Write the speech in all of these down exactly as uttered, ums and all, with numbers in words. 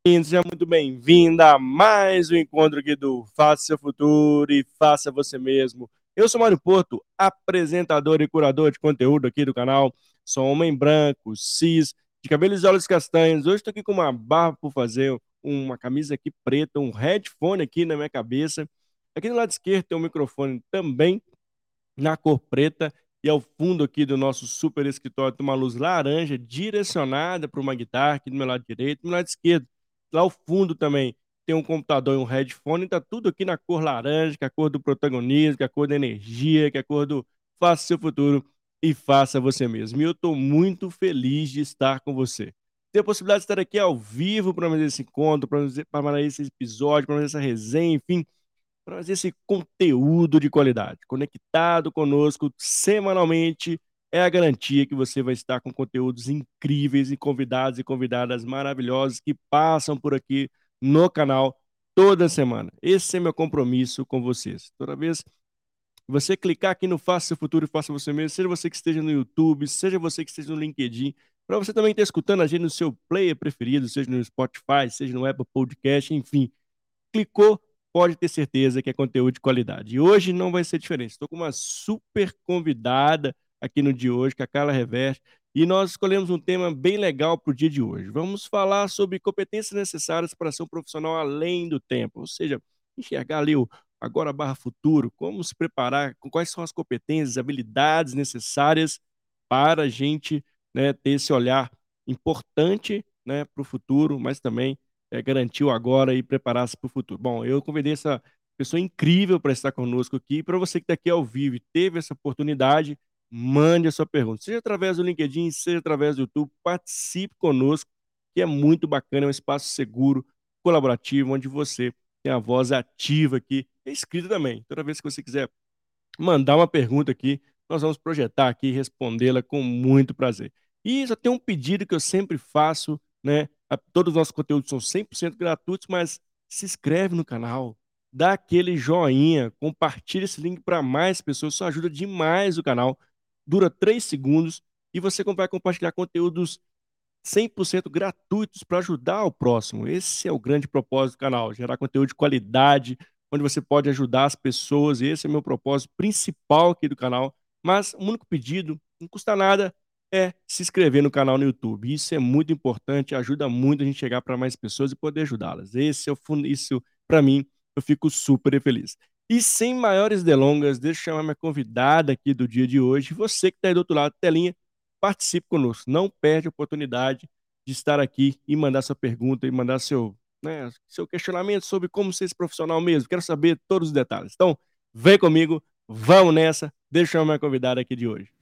Seja muito bem-vinda a mais um encontro aqui do Faça Seu Futuro e Faça Você Mesmo. Eu sou Mário Porto, apresentador e curador de conteúdo aqui do canal. Sou homem branco, cis, de cabelos e olhos castanhos. Hoje estou aqui com uma barba por fazer, uma camisa aqui preta, um headphone aqui na minha cabeça. Aqui do lado esquerdo tem um microfone também na cor preta. E ao fundo aqui do nosso super escritório tem uma luz laranja direcionada para uma guitarra aqui do meu lado direito, do meu lado esquerdo. Lá ao fundo também tem um computador e um headphone, tá tudo aqui na cor laranja, que é a cor do protagonismo, que é a cor da energia, que é a cor do faça seu futuro e faça você mesmo. E eu estou muito feliz de estar com você. Ter a possibilidade de estar aqui ao vivo para fazer esse encontro, para fazer esse episódio, para fazer essa resenha, enfim, para fazer esse conteúdo de qualidade. Conectado conosco semanalmente é a garantia que você vai estar com conteúdos incríveis e convidados e convidadas maravilhosos que passam por aqui no canal toda semana. Esse é meu compromisso com vocês. Toda vez que você clicar aqui no Faça Seu Futuro e Faça Você Mesmo, seja você que esteja no YouTube, seja você que esteja no LinkedIn, para você também estar escutando a gente no seu player preferido, seja no Spotify, seja no Apple Podcast, enfim. Clicou, pode ter certeza que é conteúdo de qualidade. E hoje não vai ser diferente. Estou com uma super convidada aqui no dia de hoje, que é a Carla Reverte, e nós escolhemos um tema bem legal para o dia de hoje. Vamos falar sobre competências necessárias para ser um profissional além do tempo, ou seja, enxergar ali o agora barra futuro, como se preparar, com quais são as competências, habilidades necessárias para a gente, né, ter esse olhar importante, né, para o futuro, mas também é, garantir o agora e preparar-se para o futuro. Bom, eu convidei essa pessoa incrível para estar conosco aqui. Para você que está aqui ao vivo e teve essa oportunidade, mande a sua pergunta, seja através do LinkedIn, seja através do YouTube, participe conosco, que é muito bacana, é um espaço seguro, colaborativo, onde você tem a voz ativa aqui, é escrita também. Toda vez que você quiser mandar uma pergunta aqui, nós vamos projetar aqui e respondê-la com muito prazer. E só tem um pedido que eu sempre faço, né? A- Todos os nossos conteúdos são cem por cento gratuitos, mas se inscreve no canal, dá aquele joinha, compartilha esse link para mais pessoas, isso ajuda demais o canal. Dura três segundos e você vai compartilhar conteúdos cem por cento gratuitos para ajudar o próximo. Esse é o grande propósito do canal, gerar conteúdo de qualidade, onde você pode ajudar as pessoas. E esse é o meu propósito principal aqui do canal. Mas o único pedido, não custa nada, é se inscrever no canal no YouTube. Isso é muito importante, ajuda muito a gente chegar para mais pessoas e poder ajudá-las. Esse é o fundo, isso para mim, eu fico super feliz. E sem maiores delongas, deixa eu chamar minha convidada aqui do dia de hoje. Você que está aí do outro lado da telinha, participe conosco. Não perde a oportunidade de estar aqui e mandar sua pergunta e mandar seu, né, seu questionamento sobre como ser esse profissional mesmo. Quero saber todos os detalhes. Então, vem comigo, vamos nessa. Deixa eu chamar minha convidada aqui de hoje.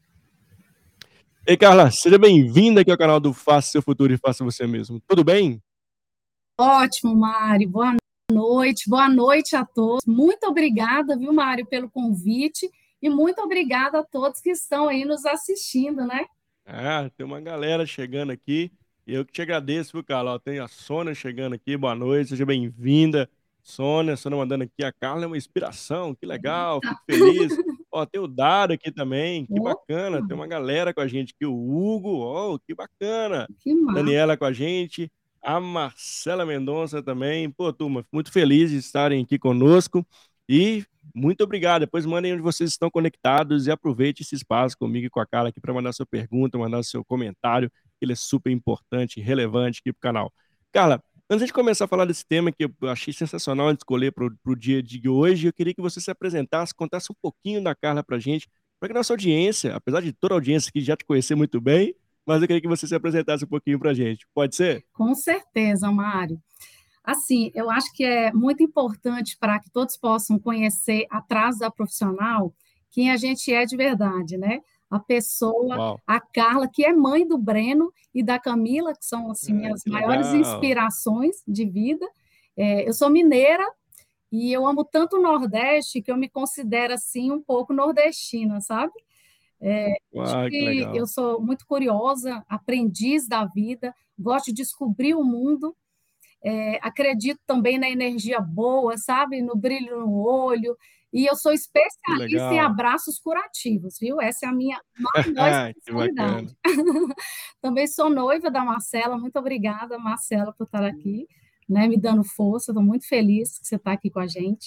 Ei, Carla, seja bem-vinda aqui ao canal do Faça Seu Futuro e Faça Você Mesmo. Tudo bem? Ótimo, Mário. Boa noite. Boa noite a todos. Muito obrigada, viu, Mário, pelo convite e muito obrigada a todos que estão aí nos assistindo, né? Ah, tem uma galera chegando aqui. E eu que te agradeço, viu, Carla? Ó, tem a Sônia chegando aqui. Boa noite, seja bem-vinda. Sônia, Sônia mandando aqui. A Carla é uma inspiração, que legal, fico feliz. Ó, tem o Dado aqui também, que bacana. Opa, Tem uma galera com a gente aqui. O Hugo, ó, que bacana. que massa. Daniela com a gente. A Marcela Mendonça também. Pô, turma, muito feliz de estarem aqui conosco. E muito obrigado. Depois mandem onde vocês estão conectados e aproveite esse espaço comigo e com a Carla aqui para mandar sua pergunta, mandar seu comentário. Ele é super importante e relevante aqui para o canal. Carla, antes de começar a falar desse tema que eu achei sensacional de escolher para o dia de hoje, eu queria que você se apresentasse, contasse um pouquinho da Carla para a gente, para que nossa audiência, apesar de toda a audiência aqui já te conhecer muito bem, mas eu queria que você se apresentasse um pouquinho para a gente. Pode ser? Com certeza, Mário. Assim, eu acho que é muito importante para que todos possam conhecer atrás da profissional quem a gente é de verdade, né? A pessoa, Uau. a Carla, que é mãe do Breno e da Camila, que são assim Ah, minhas que maiores legal. inspirações de vida. É, eu sou mineira e eu amo tanto o Nordeste que eu me considero assim um pouco nordestina, sabe? Acho Uau, que que eu legal. sou muito curiosa, aprendiz da vida, gosto de descobrir o mundo. É, acredito também na energia boa, sabe? No brilho no olho. E eu sou Que especialista em legal. abraços curativos, viu? Essa é a minha maior Que bacana. especialidade. Também sou noiva da Marcela. Muito obrigada, Marcela, por estar aqui. né, me dando força, estou muito feliz que você está aqui com a gente.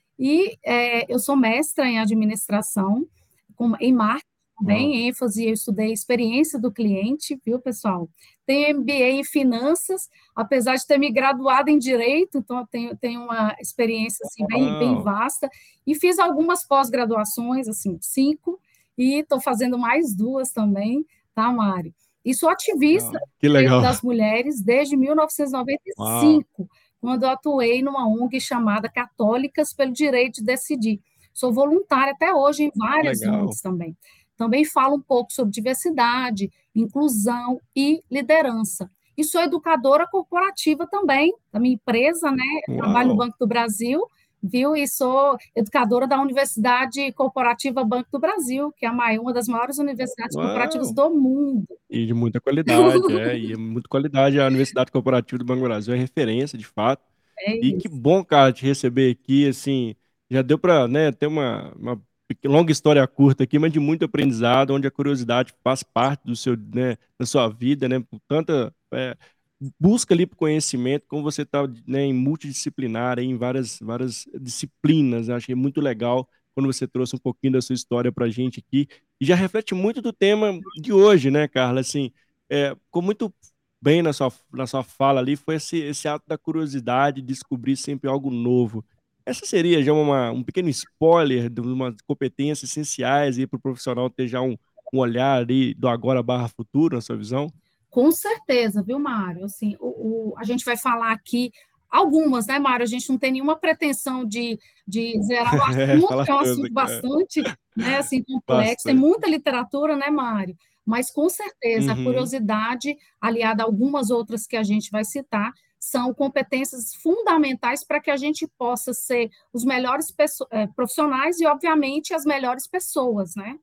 E é, eu sou mestra em administração, com, em marketing Uau. também, ênfase, eu estudei experiência do cliente, viu, pessoal? Tenho M B A em finanças, apesar de ter me graduado em direito, então eu tenho, tenho uma experiência assim, bem, bem Uau. vasta, e fiz algumas pós-graduações, assim, cinco, e estou fazendo mais duas também, tá, Mário? E sou ativista Uau. Que dos direitos legal. das mulheres desde mil novecentos e noventa e Uau. cinco, quando eu atuei numa O N G chamada Católicas pelo Direito de Decidir. Sou voluntária até hoje em Que várias O N legal. Gs também. Também falo um pouco sobre diversidade, inclusão e liderança. E sou educadora corporativa também, da minha empresa, né? Trabalho no Uau. Banco do Brasil, viu? E sou educadora da Universidade Corporativa Banco do Brasil, que é a maior, uma das maiores universidades corporativas Uau. do mundo. E de muita qualidade, é, e é muita qualidade. A Universidade Corporativa do Banco do Brasil é referência, de fato. É E que isso. bom, cara, te receber aqui, assim, já deu para, né, ter uma, uma pequ- longa história curta aqui, mas de muito aprendizado, onde a curiosidade faz parte do seu, né, da sua vida, né, por tanta é, busca ali por conhecimento, como você está, né, em multidisciplinar, aí, em várias, várias disciplinas, né, achei muito legal quando você trouxe um pouquinho da sua história para a gente aqui, e já reflete muito do tema de hoje, né, Carla, assim, é, ficou muito bem na sua, na sua fala ali foi esse, esse ato da curiosidade, descobrir sempre algo novo. Essa seria já uma, um pequeno spoiler de umas competências essenciais para o profissional ter já um, um olhar ali do agora barra futuro, na sua visão? Com certeza, viu, Mário? Assim, o, o- a gente vai falar aqui algumas, né, Mário? A gente não tem nenhuma pretensão de, de zerar o É, assunto, fala que é um tudo, assunto cara. bastante, né, assim, complexo. Tem Bastante. muita literatura, né, Mário? Mas, com certeza, a Uhum. curiosidade, aliada a algumas outras que a gente vai citar, são competências fundamentais para que a gente possa ser os melhores pesso- eh, profissionais e, obviamente, as melhores pessoas, né?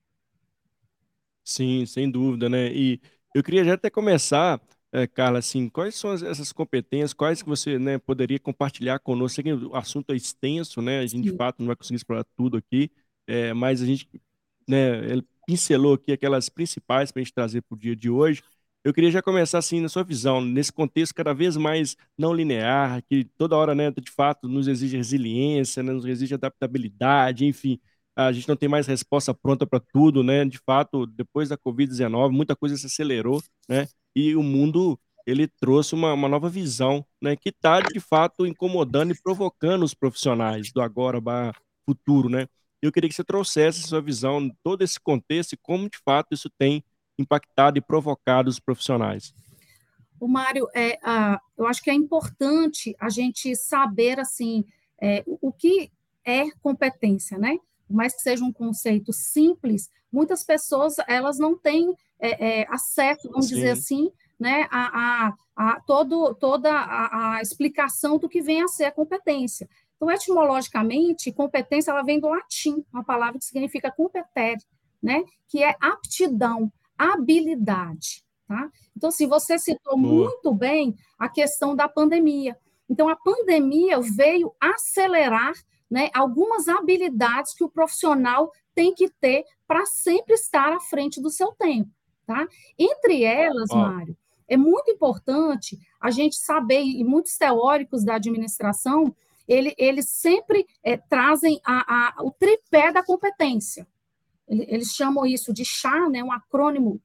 Sim, sem dúvida, né? E eu queria já até começar, eh, Carla, assim, quais são as- essas competências, quais que você, né, poderia compartilhar conosco? Sei que o assunto é extenso, né? A gente, de Sim. fato, não vai conseguir explorar tudo aqui, eh, mas a gente, né, ele pincelou aqui aquelas principais para a gente trazer para o dia de hoje. Eu queria já começar, assim, na sua visão, nesse contexto cada vez mais não linear, que toda hora, né, de fato, nos exige resiliência, né, nos exige adaptabilidade, enfim, a gente não tem mais resposta pronta para tudo, né? De fato, depois da covid dezenove, muita coisa se acelerou, né? E o mundo ele trouxe uma, uma nova visão, né? Que está de fato incomodando e provocando os profissionais do agora barra futuro, né? Eu queria que você trouxesse sua visão em todo esse contexto e como de fato isso tem impactado e provocado os profissionais. O Mário, é, ah, eu acho que é importante a gente saber assim é, o, o que é competência, né? Por mais que seja um conceito simples, muitas pessoas elas não têm é, é, acesso, vamos dizer Sim, assim, né, a, a, a todo, toda a, a explicação do que vem a ser a competência. Então, etimologicamente, competência ela vem do latim, uma palavra que significa competere, né? Que é aptidão, habilidade. Tá? Então, se você citou boa. muito bem a questão da pandemia. Então, a pandemia veio acelerar, né, algumas habilidades que o profissional tem que ter para sempre estar à frente do seu tempo. Tá? Entre elas, Uau. Mário, é muito importante a gente saber, e muitos teóricos da administração, ele, eles sempre é, trazem a, a, o tripé da competência. Eles chamam isso de C H A, né, um acrônimo.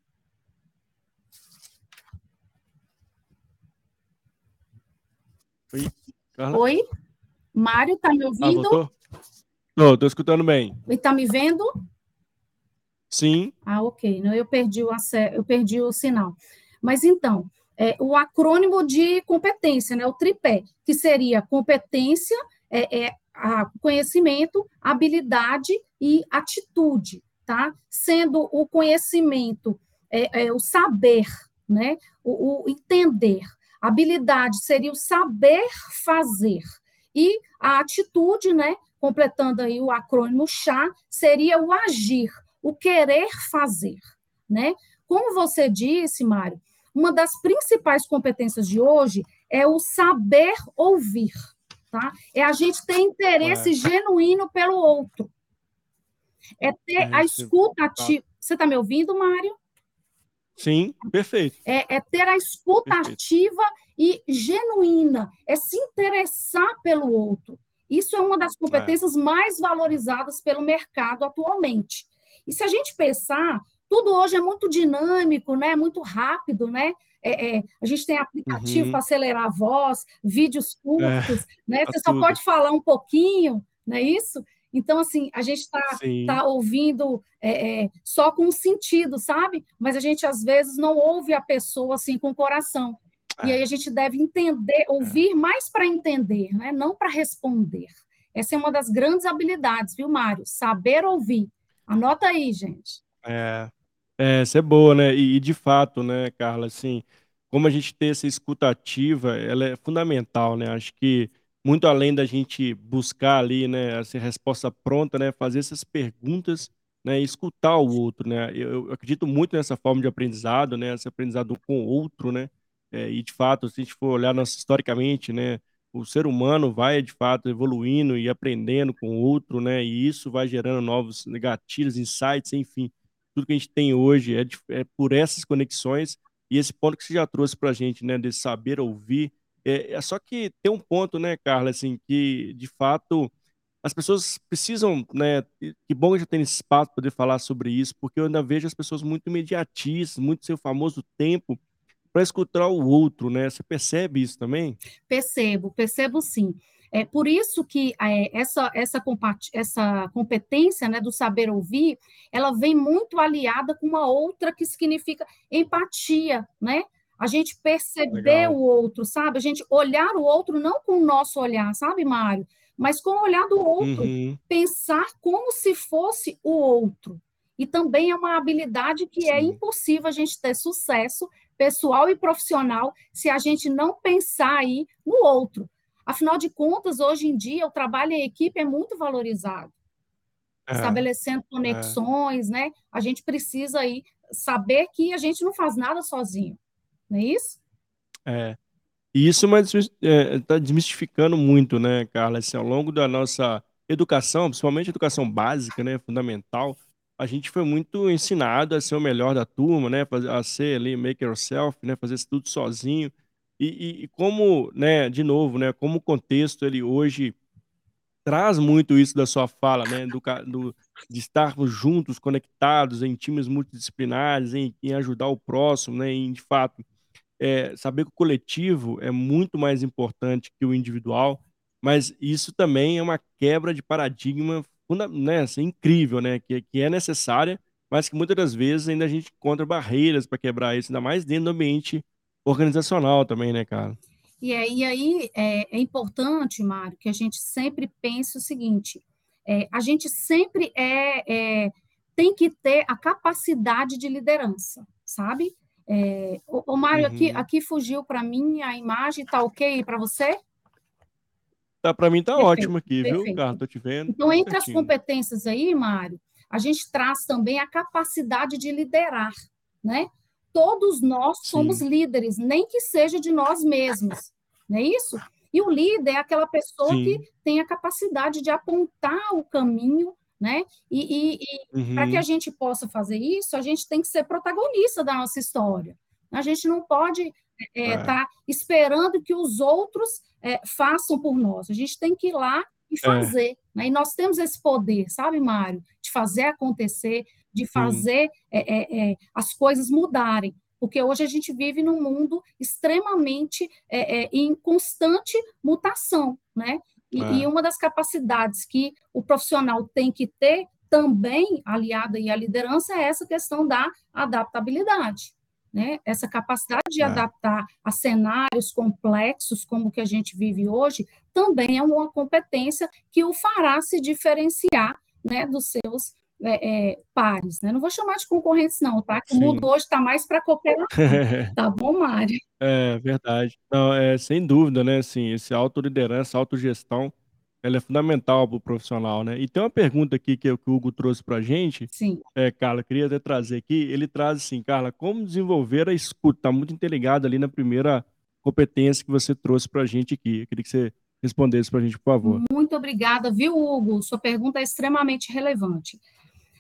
Oi, Carla? Oi, Mário, tá me Ah, ouvindo? voltou? Tô, tô escutando bem. E tá me vendo? Sim, Ah, ok. Não, eu perdi o, eu perdi o sinal. Mas então, é, o acrônimo de competência, né, o tripé, que seria competência, é, é a conhecimento, habilidade e atitude, tá? Sendo o conhecimento, é, é, o saber, né, o, o entender. Habilidade seria o saber fazer. E a atitude, né, completando aí o acrônimo C H A, seria o agir, o querer fazer, né? Como você disse, Mário, uma das principais competências de hoje é o saber ouvir, tá? É a gente ter é, interesse genuíno pelo outro, é ter é a isso. escuta ativa. Você está me ouvindo, Mário? Sim, perfeito, É, é ter a escuta perfeito. ativa e genuína, é se interessar pelo outro. Isso é uma das É. competências mais valorizadas pelo mercado atualmente. E se a gente pensar, tudo hoje é muito dinâmico, né? Muito rápido, né? É, é, a gente tem aplicativo para Uhum. acelerar a voz, vídeos É, curtos, né? tá Você só tudo. pode falar um pouquinho, não é isso? Então, assim, a gente está Sim. tá ouvindo é, é, só com o sentido, sabe? Mas a gente, às vezes, não ouve a pessoa assim com o coração. E aí É, a gente deve entender, é, ouvir mais para entender, né? Não para responder. Essa é uma das grandes habilidades, viu, Mário? Saber ouvir. Anota aí, gente. é. É, essa é boa, né? E, e de fato, né, Carla, assim, como a gente ter essa escuta ativa, ela é fundamental, né? Acho que muito além da gente buscar ali, né, essa resposta pronta, né, fazer essas perguntas, né, e escutar o outro, né? Eu, eu acredito muito nessa forma de aprendizado, né, esse aprendizado com o outro, né? É, e de fato, se a gente for olhar nossa, historicamente, né, o ser humano vai de fato evoluindo e aprendendo com o outro, né? E isso vai gerando novos gatilhos, insights, enfim, tudo que a gente tem hoje é, de- é por essas conexões e esse ponto que você já trouxe para a gente, né, de saber ouvir. É, é só que tem um ponto, né, Carla, assim, que de fato as pessoas precisam, né, e que bom que já tem esse espaço para poder falar sobre isso, porque eu ainda vejo as pessoas muito imediatistas, muito seu famoso tempo para escutar o outro, né? Você percebe isso também? Percebo, percebo sim. É por isso que é, essa, essa, essa competência, né, do saber ouvir, ela vem muito aliada com uma outra que significa empatia, né? A gente perceber o Legal. outro, sabe? A gente olhar o outro não com o nosso olhar, sabe, Mário? Mas com o olhar do outro, Uhum, pensar como se fosse o outro. E também é uma habilidade que é sim. impossível a gente ter sucesso pessoal e profissional se a gente não pensar aí no outro. Afinal de contas, hoje em dia, o trabalho em equipe é muito valorizado, É, estabelecendo é, conexões, né? A gente precisa aí saber que a gente não faz nada sozinho, não é isso? é. E isso está desmistificando muito, né, Carla? Assim, ao longo da nossa educação, principalmente educação básica, né, fundamental, a gente foi muito ensinado a ser o melhor da turma, né, faz- a ser ali make yourself, né, fazer isso tudo sozinho. E, e- e como, né, de novo, né, como o contexto ele hoje traz muito isso da sua fala, né, do, ca- do- de estarmos juntos, conectados em times multidisciplinares, em, em ajudar o próximo, né, em de fato é, saber que o coletivo é muito mais importante que o individual, mas isso também é uma quebra de paradigma funda né, assim, incrível, né, que, que é necessária, mas que muitas das vezes ainda a gente encontra barreiras para quebrar isso, ainda mais dentro do ambiente organizacional também, né, cara? E aí, e aí é, é importante, Mário, que a gente sempre pense o seguinte: é, a gente sempre é, é, tem que ter a capacidade de liderança, sabe? É, o, o Mário, aqui, Uhum. aqui fugiu para mim a imagem, tá ok para você? Tá, para mim tá Perfeito, ótimo aqui, viu, cara? perfeito. Tô te vendo, Então, tudo entre as certinho. competências aí, Mário, a gente traz também a capacidade de liderar, né? Todos nós somos Sim, líderes, nem que seja de nós mesmos, não é isso? E o líder é aquela pessoa que sim. tem a capacidade de apontar o caminho, né? E, e, e para que a Uhum. gente possa fazer isso, a gente tem que ser protagonista da nossa história. A gente não pode estar é, É, tá esperando que os outros é, façam por nós. A gente tem que ir lá e é, fazer. Né? E nós temos esse poder, sabe, Mário? De fazer acontecer, de sim. fazer é, é, é, as coisas mudarem. Porque hoje a gente vive num mundo extremamente é, é, em constante mutação, né? E, e É, uma das capacidades que o profissional tem que ter também aliada aí à liderança é essa questão da adaptabilidade, né? Essa capacidade de é. adaptar a cenários complexos como o que a gente vive hoje também é uma competência que o fará se diferenciar, né, dos seus é, é, pares, né? Não vou chamar de concorrentes não, tá? Que o mundo Sim. hoje está mais para cooperação, tá bom, Mário? É verdade. Não, é sem dúvida, né, assim, esse autoliderança, autogestão, ela é fundamental para o profissional, né. E tem uma pergunta aqui que, que o Hugo trouxe para a gente, Sim. é, Carla, queria até trazer aqui, ele traz assim, Carla, como desenvolver a escuta? Está muito interligado ali na primeira competência que você trouxe para a gente aqui. Eu queria que você respondesse para a gente, por favor. Muito obrigada, viu, Hugo? Sua pergunta é extremamente relevante.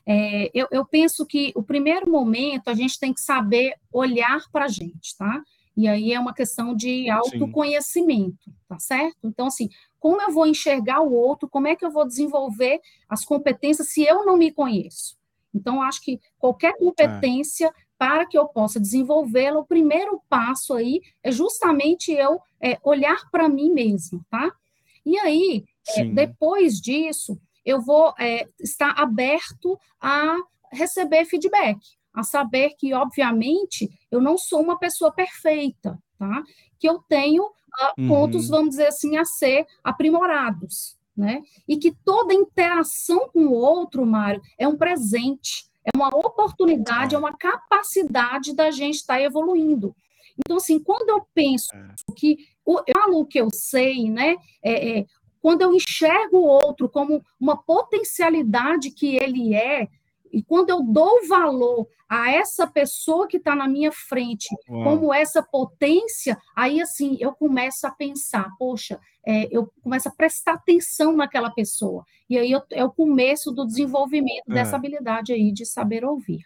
É, eu, eu penso que o primeiro momento a gente tem que saber olhar para a gente, tá? E aí é uma questão de Sim. autoconhecimento, tá certo? Então, assim, como eu vou enxergar o outro, como é que eu vou desenvolver as competências se eu não me conheço? Então, eu acho que qualquer É. competência, para que eu possa desenvolvê-la, o primeiro passo aí é justamente eu é, olhar para mim mesmo, tá? E aí, é, Sim. depois disso, eu vou é, estar aberto a receber feedback, a saber que, obviamente, eu não sou uma pessoa perfeita, tá? Que eu tenho ah, pontos, Uhum. vamos dizer assim, a ser aprimorados, né? E que toda interação com o outro, Mário, é um presente, é uma oportunidade, é É. uma capacidade da gente estar evoluindo. Então, assim, quando eu penso É. que o, eu falo o que eu sei, né? É, é, quando eu enxergo o outro como uma potencialidade que ele é, e quando eu dou valor a essa pessoa que está na minha frente Uau. como essa potência, aí assim eu começo a pensar, poxa, é, eu começo a prestar atenção naquela pessoa. E aí eu, é o começo do desenvolvimento dessa É. habilidade aí de saber ouvir.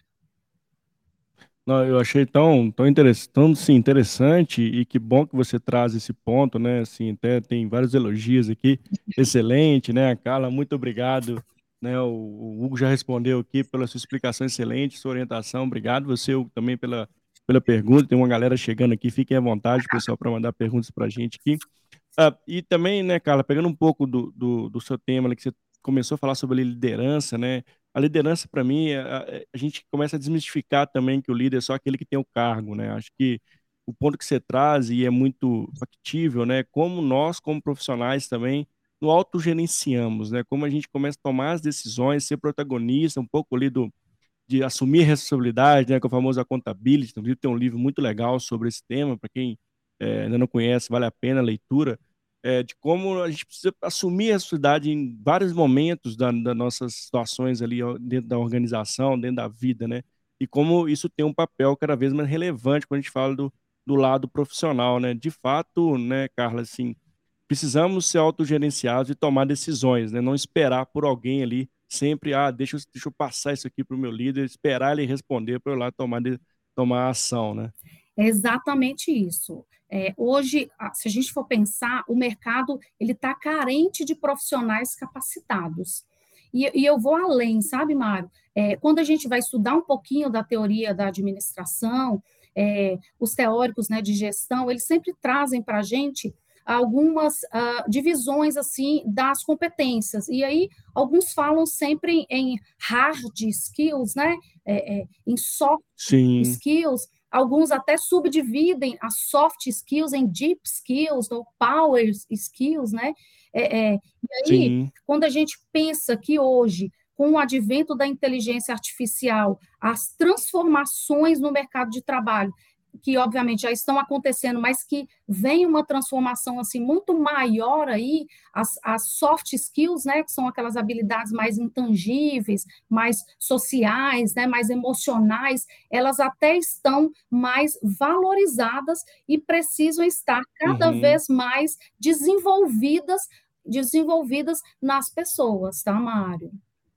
Não, eu achei tão tão interess tão, assim, interessante e que bom que você traz esse ponto, né, assim, até tem vários elogios aqui. Excelente, né, a Carla, muito obrigado, né, o o Hugo já respondeu aqui pela sua explicação excelente, sua orientação, obrigado. Você, Hugo, também pela pela pergunta, tem uma galera chegando aqui, fiquem à vontade, pessoal, para mandar perguntas pra gente aqui. Ah, e também, né, Carla, pegando um pouco do do do seu tema ali, que você começou a falar sobre liderança, né, a liderança para mim, é a é a gente começa a desmistificar também que o líder é só aquele que tem o cargo, né, acho que o ponto que você traz e é muito factível, né, como nós, como profissionais também, no autogerenciamos, né, como a gente começa a tomar as decisões, ser protagonista um pouco ali do de assumir responsabilidade, né, que é o famoso accountability, inclusive tem um livro muito legal sobre esse tema, para quem, eh, ainda não conhece, vale a pena a leitura, eh, de como a gente precisa assumir a responsabilidade em vários momentos da das nossas situações ali, ó, dentro da organização, dentro da vida, né, e como isso tem um papel cada vez mais relevante quando a gente fala do do lado profissional, né. De fato, né, Carla, assim, precisamos ser autogerenciados e tomar decisões, né, não esperar por alguém ali, sempre: "Ah, deixa eu deixa eu passar isso aqui para o meu líder", esperar ele responder para eu ir lá tomar de tomar ação, né. É exatamente isso. É, hoje, a- se a gente for pensar, o mercado ele está carente de profissionais capacitados. E, e eu vou além, sabe, Mário? É, quando a gente vai estudar um pouquinho da teoria da administração, é, os teóricos, né, de gestão, eles sempre trazem para a gente algumas ah, divisões assim das competências. E aí alguns falam sempre em hard skills, né? É, é, em soft Sim, skills. Alguns até subdividem as soft skills em deep skills ou power skills, né? É, é, e aí, sim. quando a gente pensa que hoje, com o advento da inteligência artificial, as transformações no mercado de trabalho, que obviamente já estão acontecendo, mas que vem uma transformação assim muito maior aí, as, as soft skills, né, que são aquelas habilidades mais intangíveis, mais sociais, né, mais emocionais, elas até estão mais valorizadas e precisam estar cada Uhum. vez mais desenvolvidas, desenvolvidas nas pessoas, tá, Mário?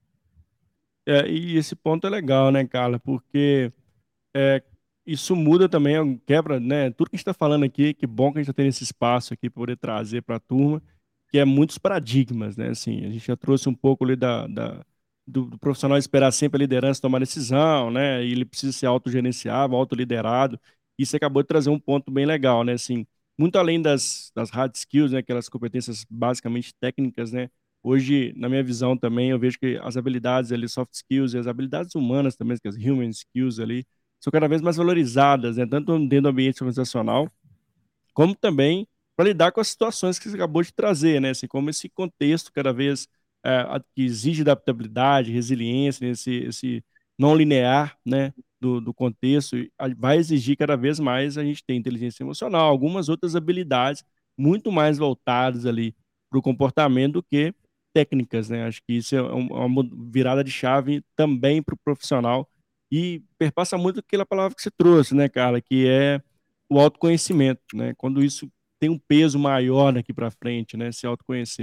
É, e esse ponto é legal, né, Carla, porque, eh, isso muda também, é um quebra, né, tudo que a gente tá falando aqui, que bom que a gente tá tendo esse espaço aqui pra poder trazer para a turma, que é muitos paradigmas, né, assim, a gente já trouxe um pouco ali da da do do profissional esperar sempre a liderança tomar decisão, né, e ele precisa ser autogerenciável, autoliderado, e você acabou de trazer um ponto bem legal, né, assim, muito além das das hard skills, né, aquelas competências basicamente técnicas, né, hoje, na minha visão também, eu vejo que as habilidades ali, soft skills e as habilidades humanas também, que as human skills ali, são cada vez mais valorizadas, né, tanto dentro do ambiente organizacional, como também para lidar com as situações que você acabou de trazer, né, assim, como esse contexto cada vez, eh, a que exige adaptabilidade, resiliência, esse esse não linear, né, do do contexto, e a vai exigir cada vez mais a gente ter inteligência emocional, algumas outras habilidades muito mais voltadas ali para o comportamento do que técnicas, né, acho que isso é um é uma mu virada de chave também para o profissional, e perpassa muito aquela palavra que você trouxe, né, Carla, que é o autoconhecimento, né, quando isso tem um peso maior daqui para frente, né, se autoconhecer.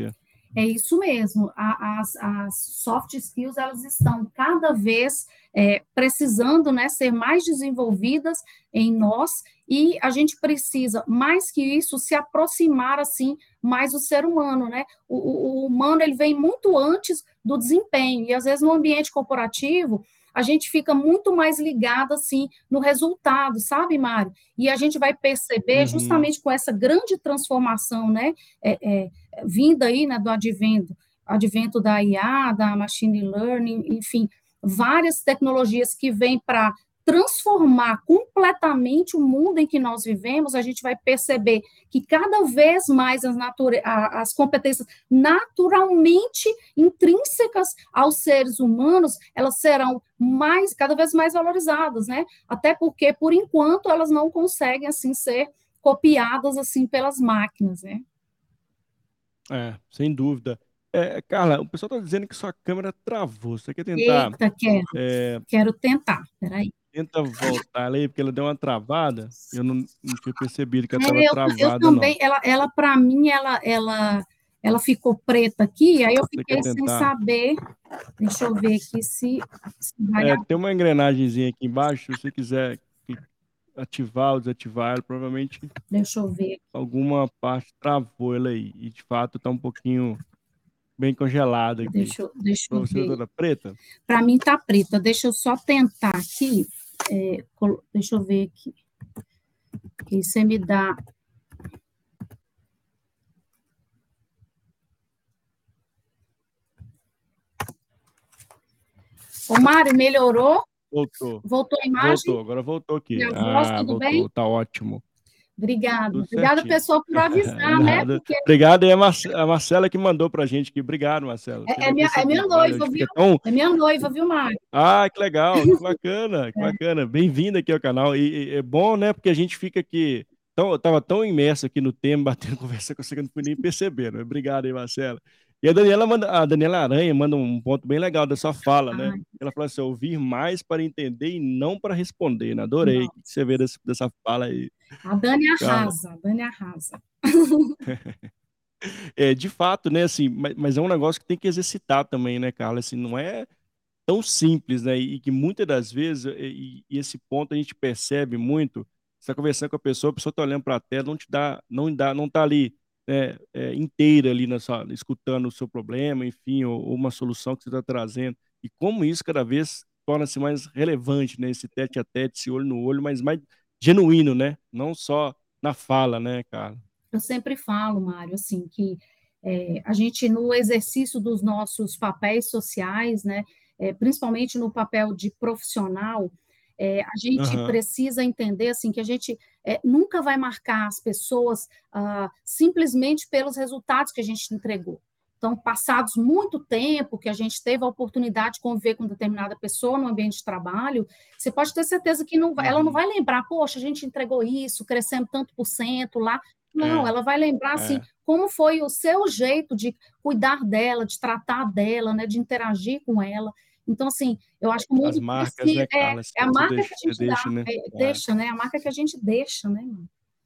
É isso mesmo. A- As, as soft skills elas estão cada vez é, precisando, né, ser mais desenvolvidas em nós e a gente precisa mais que isso se aproximar assim mais do ser humano, né? O, o- o humano ele vem muito antes do desempenho e às vezes no ambiente corporativo a gente fica muito mais ligado assim no resultado, sabe, Mário? E a gente vai perceber Uhum. justamente com essa grande transformação, né? É, é, vinda aí, né, do advento, advento da I A, da machine learning, enfim, várias tecnologias que vêm para transformar completamente o mundo em que nós vivemos, a gente vai perceber que cada vez mais as, nature, as competências naturalmente intrínsecas aos seres humanos, elas serão mais, cada vez mais valorizadas, né? Até porque, por enquanto, elas não conseguem, assim, ser copiadas, assim, pelas máquinas, né? É, sem dúvida. É, Carla, o pessoal está dizendo que sua câmera travou. Você quer tentar, Eita, quero, é, quero tentar, peraí. tenta voltar ali, porque ela deu uma travada. Eu não, não tinha percebido que ela estava É, eu, eu travada, também, não. ela, ela para mim, ela, ela, ela ficou preta aqui, aí eu Você quer fiquei sem tentar? saber, deixa eu ver aqui se, se vai, É, tem uma engrenagemzinha aqui embaixo, se você quiser cli- ativar ou desativar ela, provavelmente deixa eu ver, alguma parte travou ela aí. E de fato está um pouquinho bem congelada aqui. deixa eu, deixa Para eu você, ver, toda preta? para mim tá preta, deixa eu só tentar aqui, é, colo- deixa eu ver aqui, que você me dá, ô Mário, melhorou? Voltou. Voltou a imagem? Voltou, agora voltou aqui. Minha voz, Ah, tudo bem? voltou, tá ótimo. Obrigada. Tudo Obrigada, certinho. pessoal, por avisar, né? Nada. Porque Obrigado aí a, Mar a Marcela que mandou pra gente aqui. Obrigado, Marcela. Não tinha é, é nem minha, é minha percebido. Valeu. A noiva, gente viu? fica tão. É minha noiva, viu, Mário? Ah, que legal, que bacana, que bacana. Bem-vindo aqui ao canal. E, e é bom, né? Porque a gente fica aqui. Tão, eu tava tão imerso aqui no tema, batendo conversa com você que eu não fui nem perceber. Né? Obrigado aí, Marcela. E a Daniela manda, a Daniela Aranha manda um ponto bem legal da sua fala, né? Ai, Ela falou assim: ouvir mais para entender e não para responder. Né? Adorei. O que nossa. você vê desse, dessa fala aí, A Dani Carla? arrasa, a Dani arrasa. É, de fato, né, assim, mas, mas é um negócio que tem que exercitar também, né, Carla? Assim, não é tão simples, né? E que muitas das vezes, e, e esse ponto a gente percebe muito, você está conversando com a pessoa, a pessoa está olhando para a tela, não te dá, não dá, não está ali, né, é, inteira ali na sua, escutando o seu problema, enfim, ou, ou uma solução que você está trazendo. E como isso cada vez torna-se mais relevante, né? Esse tete a tete, esse olho no olho, mas mais genuíno, né? Não só na fala, né, Carla? Eu sempre falo, Mário, assim, que é, a gente, no exercício dos nossos papéis sociais, né, é, principalmente no papel de profissional, é, a gente Aham. precisa entender, assim, que a gente é, nunca vai marcar as pessoas ah, simplesmente pelos resultados que a gente entregou. Então, passados muito tempo que a gente teve a oportunidade de conviver com determinada pessoa no ambiente de trabalho, você pode ter certeza que não, ela não Uhum. vai lembrar, poxa, a gente entregou isso, crescemos tanto por cento lá, não, É, ela vai lembrar assim é. como foi o seu jeito de cuidar dela, de tratar dela, né, de interagir com ela. Então, assim, eu acho que o As mundo marcas, precisa né, é, Carla? é a Você marca que deixa, a você gente dá, deixa, né? é, É. deixa, né? A marca que a gente deixa, né, mano?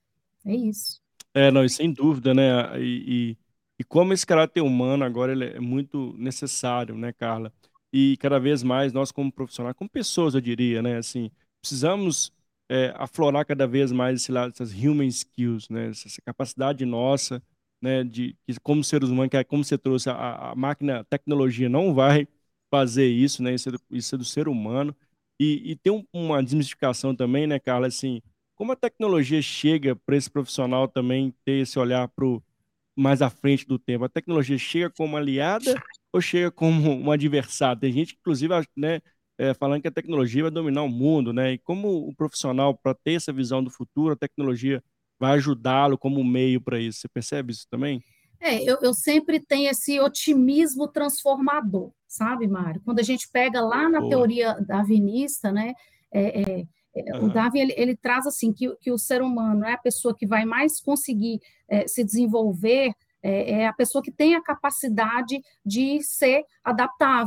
É isso. É, não, e sem dúvida, né? E, e, e como esse caráter humano agora ele é muito necessário, né, Carla? E cada vez mais nós, como profissionais, como pessoas, eu diria, né? Assim, precisamos é, aflorar cada vez mais esse lado, essas human skills, né? Essa, essa capacidade nossa, né? De que como seres humanos, que é como você trouxe, a, a máquina, a tecnologia não vai fazer isso, né? Isso é do, isso é do ser humano. E, e tem um- uma desmistificação também, né, Carla? Assim, como a tecnologia chega para esse profissional também ter esse olhar pro mais à frente do tempo? A tecnologia chega como aliada ou chega como um adversário? Tem gente, inclusive, acha, né, é, falando que a tecnologia vai dominar o mundo, né? E como o profissional, para ter essa visão do futuro, a tecnologia vai ajudá-lo como meio para isso. Você percebe isso também? É, eu, eu sempre tenho esse otimismo transformador, sabe, Mário? Quando a gente pega lá na Boa. teoria darwinista, né, é, é, é, o Aham. Darwin ele, ele traz assim que, que o ser humano é a pessoa que vai mais conseguir é, se desenvolver, é, é a pessoa que tem a capacidade de ser adaptável.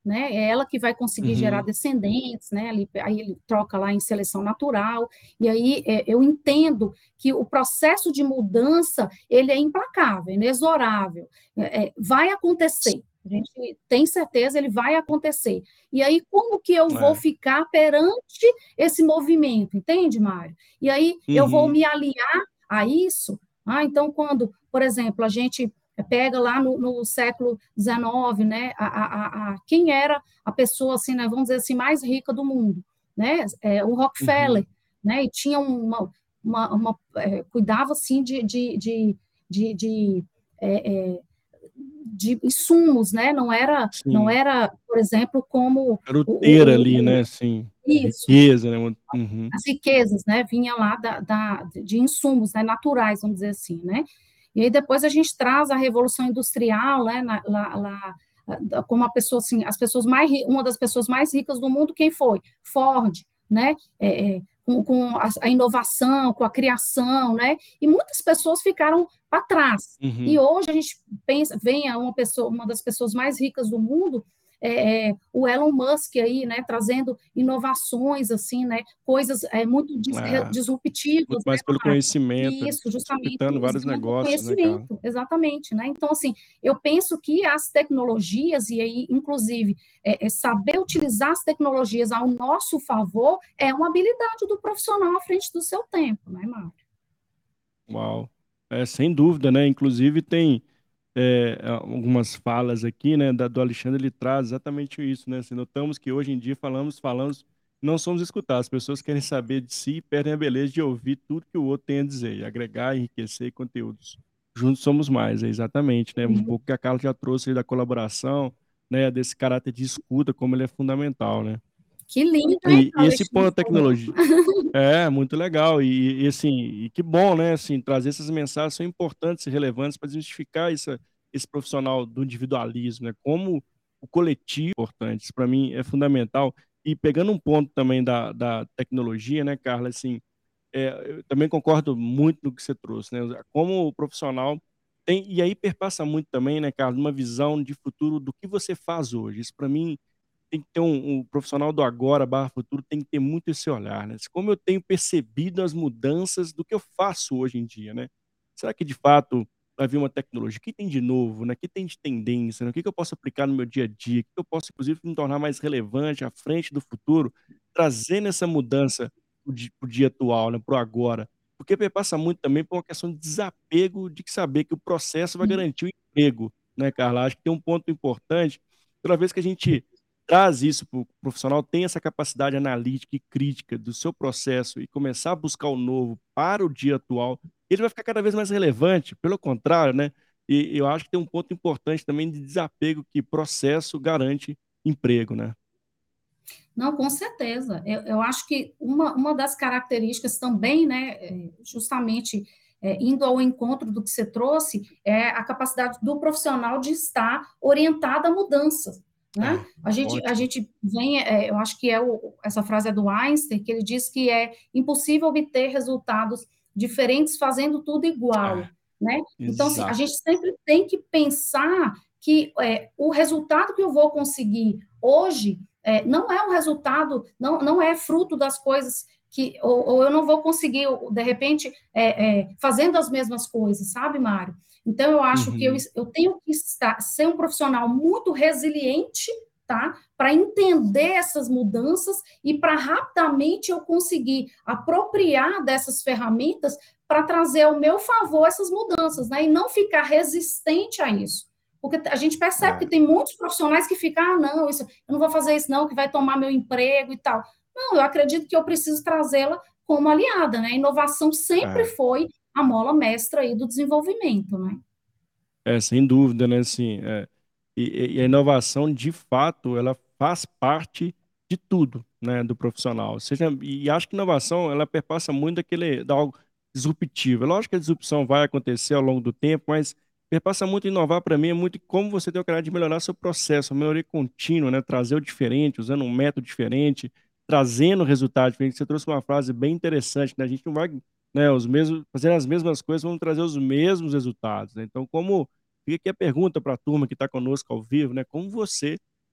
né? É ela que vai conseguir gerar Uhum. descendentes, né? Ali, aí ele troca lá em seleção natural, e aí é, eu entendo que o processo de mudança, ele é implacável, inexorável, é, é, vai acontecer, a gente tem certeza, ele vai acontecer. E aí, como que eu vou É. ficar perante esse movimento, entende, Mário? E aí, eu vou Uhum. me aliar a isso. Ah, então, quando, por exemplo, a gente pega lá no, no século dezenove, né, a, a, a, quem era a pessoa, assim, né, vamos dizer assim, mais rica do mundo, né, é, o Uhum. Rockefeller, né, e tinha uma, uma, uma é, cuidava, assim, de, de, de, de, de é, é, de insumos, né? Não era, não Sim. era, por exemplo, como Era o ter o, o, ali, o né, assim, a isso, riqueza, né, uhum. as riquezas, né? Vinha lá da, da, de insumos, né, naturais, vamos dizer assim, né? E aí depois a gente traz a Revolução Industrial, né? Na, lá, lá, como a pessoa assim, as pessoas mais uma das pessoas mais ricas do mundo, quem foi? Ford, né? É, é, com, com a, a inovação, com a criação, né? E muitas pessoas ficaram para trás. E Uhum. hoje a gente pensa, vem uma pessoa, uma das pessoas mais ricas do mundo, é, é, o Elon Musk aí, né, trazendo inovações, assim, né, coisas é, muito É, muito disruptivas, né, mais pelo Mário? conhecimento, E ele isso, justamente, disputando vários usando o negócios, né, Carla? conhecimento, exatamente, né? Então, assim, eu penso que as tecnologias, e aí, inclusive, é, é saber utilizar as tecnologias ao nosso favor é uma habilidade do profissional à frente do seu tempo, né, Mário? Uau! É, sem dúvida, né, inclusive tem, eh, algumas falas aqui, né, da do Alexandre, ele traz exatamente isso, né, assim, notamos que hoje em dia falamos, falamos, não somos escutados, as pessoas querem saber de si e perdem a beleza de ouvir tudo que o outro tem a dizer, e agregar, enriquecer conteúdos. Juntos somos mais, é exatamente, né, um Sim. pouco que a Carla já trouxe aí da colaboração, né, desse caráter de escuta, como ele é fundamental, né. Que lindo, hein, E que o e esse Alexandre ponto da falou. tecnologia é, muito legal, e e assim, e que bom, né, assim, trazer essas mensagens são importantes e relevantes para desmistificar essa esse profissional do individualismo, né, como o coletivo é importante, isso para mim é fundamental. E pegando um ponto também da da tecnologia, né, Carla, assim, eh, eu também concordo muito no que você trouxe, né, como o profissional tem e aí perpassa muito também, né, Carla, uma visão de futuro do que você faz hoje, isso para mim tem que ter um um profissional do agora barra futuro tem que ter muito esse olhar, né, como eu tenho percebido as mudanças do que eu faço hoje em dia, né. Será que de fato vai vir uma tecnologia, o que tem de novo, né, o que tem de tendência, né, o que que eu posso aplicar no meu dia a dia, o que eu posso inclusive me tornar mais relevante à frente do futuro, trazendo essa mudança para o di para o dia atual, né, para o agora. Porque perpassa muito também por uma questão de desapego de saber que o processo vai Sim. garantir o emprego, né, Carla, acho que tem um ponto importante, toda vez que a gente traz isso para o profissional, tem essa capacidade analítica e crítica do seu processo e começar a buscar o novo para o dia atual, ele vai ficar cada vez mais relevante, pelo contrário, né, e eu acho que tem um ponto importante também de desapego que processo garante emprego, né. Não, com certeza. Eu eu acho que uma uma das características também, né, eh, justamente, eh, indo ao encontro do que você trouxe, é a capacidade do profissional de estar orientado a mudanças, né. É, A gente a ótimo. gente vem, eh, eu acho que é o essa frase é do Einstein, que ele diz que é impossível obter resultados diferentes fazendo tudo igual, É, né. Então, assim, a exato. gente sempre tem que pensar que, eh, o resultado que eu vou conseguir hoje, é, não é um resultado, não, não é fruto das coisas que, ou, ou eu não vou conseguir, de repente, é, é, fazendo as mesmas coisas, sabe, Mário? Então, eu acho que eu, Uhum. eu tenho que estar, ser um profissional muito resiliente, tá? Para entender essas mudanças e para rapidamente eu conseguir apropriar dessas ferramentas para trazer ao meu favor essas mudanças, né? E não ficar resistente a isso. Porque a gente percebe que É, tem muitos profissionais que ficam, ah, não, isso, eu não vou fazer isso não, que vai tomar meu emprego e tal. Não, eu acredito que eu preciso trazê-la como aliada, né? A inovação sempre é. foi a mola mestra aí do desenvolvimento, né? É, sem dúvida, né, assim, eh, e e a inovação, de fato, ela faz parte de tudo, né, do profissional, seja e acho que inovação, ela perpassa muito daquele da algo disruptivo. É lógico que a disrupção vai acontecer ao longo do tempo, mas perpassa muito inovar para mim, é muito como você tem o cuidado de melhorar seu processo, a melhoria contínua, né, trazer o diferente, usando um método diferente, trazendo resultado diferente. Você trouxe uma frase bem interessante, né, a gente não vai, né, os mesmos fazendo as mesmas coisas, vamos trazer os mesmos resultados, né. Então como fica aqui a pergunta para a turma que está conosco ao vivo, né, como você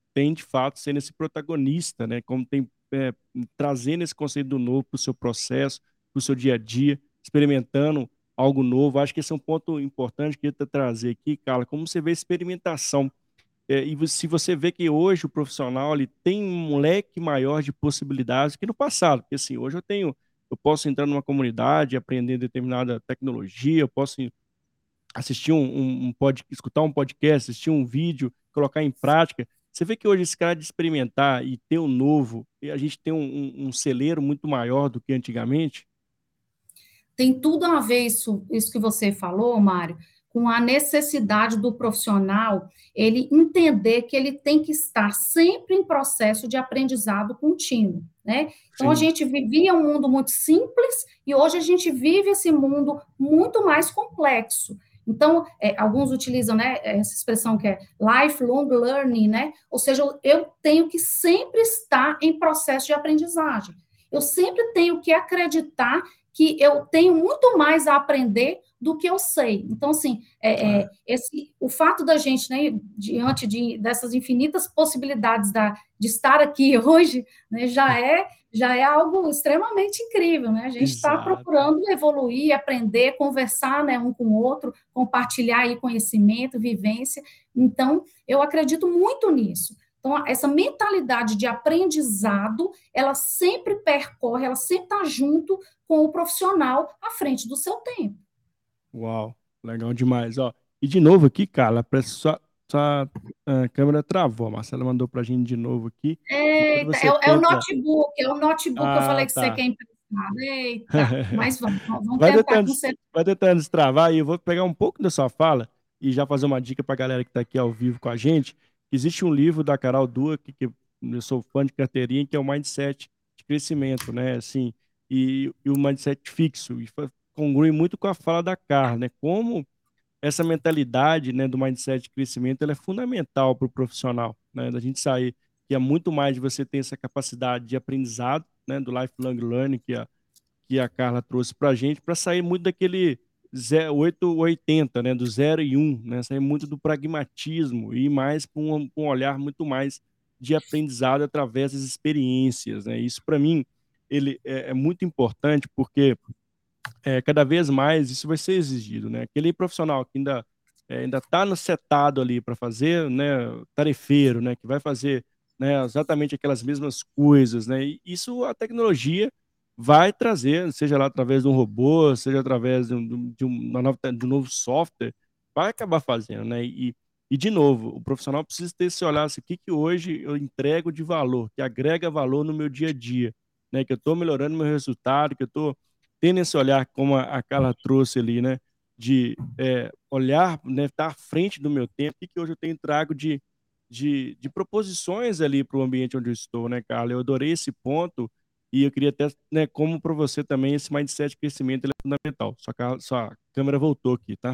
tem, de fato, sendo esse protagonista, né? Como tem é, trazendo esse conceito do novo para o seu processo, para o seu dia a dia, experimentando algo novo. Acho que esse é um ponto importante que eu queria trazer aqui, Carla, como você vê a experimentação. É, e se você vê que hoje o profissional ele tem um leque maior de possibilidades que no passado, porque assim, hoje eu tenho, eu posso entrar numa comunidade, aprender determinada tecnologia, eu posso assistir um, um, um pod, escutar um podcast, assistir um vídeo, colocar em prática. Você vê que hoje esse cara de experimentar e ter um novo, e a gente tem um, um, um celeiro muito maior do que antigamente. Tem tudo a ver isso, isso que você falou, Mário, com a necessidade do profissional ele entender que ele tem que estar sempre em processo de aprendizado contínuo, né? Então a Sim. gente vivia um mundo muito simples e hoje a gente vive esse mundo muito mais complexo. Então, é, alguns utilizam, né, essa expressão que é lifelong learning, né? Ou seja, eu tenho que sempre estar em processo de aprendizagem. Eu sempre tenho que acreditar que eu tenho muito mais a aprender do que eu sei. Então, assim, é, é, esse, o fato da gente, né, diante de, dessas infinitas possibilidades da, de estar aqui hoje, né, já é já é algo extremamente incrível, né? A gente está procurando evoluir, aprender, conversar, né, um com o outro, compartilhar aí conhecimento, vivência. Então, eu acredito muito nisso. Então, essa mentalidade de aprendizado, ela sempre percorre, ela sempre está junto com o profissional à frente do seu tempo. Uau, legal demais, ó. E de novo aqui, Carla, parece que sua, sua uh, câmera travou. A Marcela mandou pra gente de novo aqui. Enquanto Eita, você é, o- é o tenta. notebook, é o notebook que eu falei Ah, que você tá. quer emprestado. Eita, mas vamos, vamos Vai tentar tentando, consertar. vai tentando destravar e eu vou pegar um pouco da sua fala e já fazer uma dica pra galera que tá aqui ao vivo com a gente. Existe um livro da Carol Dweck, que eu sou fã de carteirinha, que é o Mindset de Crescimento, né? Assim, e, e o Mindset fixo. E fa- congrui muito com a fala da Carla, né? Como essa mentalidade, né, do mindset de crescimento, ela é fundamental para o profissional, né, da gente sair, que é muito mais de você ter essa capacidade de aprendizado, né, do lifelong learning que a, que a Carla trouxe para a gente, para sair muito daquele zero, oito oitenta, né, do zero e um, né, sair muito do pragmatismo e ir mais para um, pra um olhar muito mais de aprendizado através das experiências, né, isso para mim ele é, é muito importante porque é, cada vez mais isso vai ser exigido, né? Aquele profissional que ainda é, ainda está no setado ali para fazer, né, tarefeiro, né, que vai fazer, né, exatamente aquelas mesmas coisas, né? E isso a tecnologia vai trazer, seja lá através de um robô, seja através de um, de um, uma nova, de um novo software, vai acabar fazendo, né? E, e de novo, o profissional precisa ter esse olhar, assim, o que que hoje eu entrego de valor, que agrega valor no meu dia a dia, né? Que eu estou melhorando meu resultado, que eu estou tendo esse olhar, como a, a Carla trouxe ali, né? De é, olhar, né, estar à frente do meu tempo, e que hoje eu tenho trago de, de, de proposições ali para o ambiente onde eu estou, né, Carla? Eu adorei esse ponto e eu queria até, né, como para você também, esse mindset de crescimento ele é fundamental. Sua, ca- sua câmera voltou aqui, tá?